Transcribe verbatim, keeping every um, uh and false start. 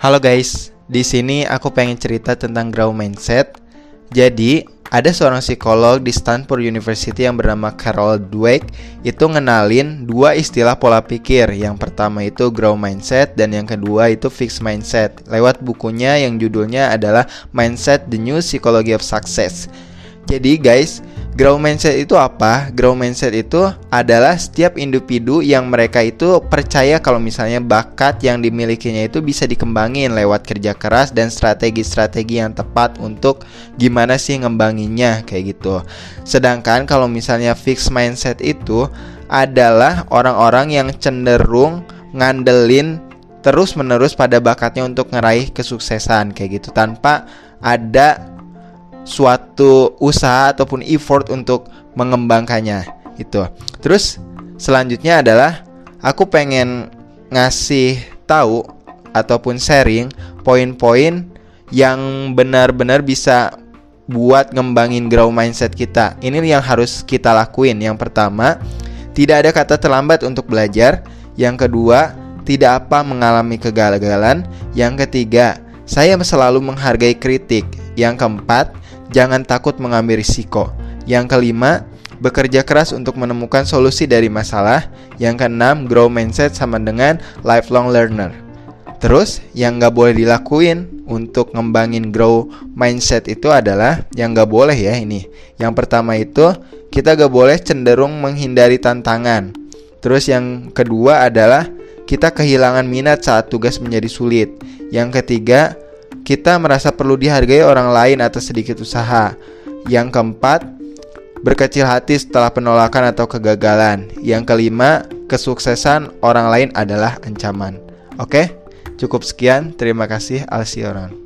Halo guys, di sini aku pengen cerita tentang growth mindset. Jadi, ada seorang psikolog di Stanford University yang bernama Carol Dweck itu ngenalin dua istilah pola pikir. Yang pertama itu growth mindset dan yang kedua itu fixed mindset. Lewat bukunya yang judulnya adalah Mindset: The New Psychology of Success. Jadi guys, growth mindset itu apa? Growth mindset itu adalah setiap individu yang mereka itu percaya kalau misalnya bakat yang dimilikinya itu bisa dikembangin lewat kerja keras dan strategi-strategi yang tepat untuk gimana sih ngembanginnya kayak gitu. Sedangkan kalau misalnya fixed mindset itu adalah orang-orang yang cenderung ngandelin terus-menerus pada bakatnya untuk ngeraih kesuksesan kayak gitu tanpa ada suatu usaha ataupun effort untuk mengembangkannya itu. Terus selanjutnya adalah aku pengen ngasih tahu ataupun sharing poin-poin yang benar-benar bisa buat ngembangin growth mindset kita. Ini yang harus kita lakuin. Yang pertama, tidak ada kata terlambat untuk belajar. Yang kedua, tidak apa mengalami kegagalan. Yang ketiga, saya selalu menghargai kritik. Yang keempat, jangan takut mengambil risiko. Yang kelima, bekerja keras untuk menemukan solusi dari masalah. Yang keenam, grow mindset sama dengan lifelong learner. Terus, yang gak boleh dilakuin untuk ngembangin grow mindset itu adalah yang gak boleh ya ini. Yang pertama itu, kita gak boleh cenderung menghindari tantangan. Terus yang kedua adalah kita kehilangan minat saat tugas menjadi sulit. Yang ketiga, kita merasa perlu dihargai orang lain atas sedikit usaha. Yang keempat, berkecil hati setelah penolakan atau kegagalan. Yang kelima, kesuksesan orang lain adalah ancaman. Oke, cukup sekian. Terima kasih. Alsioran.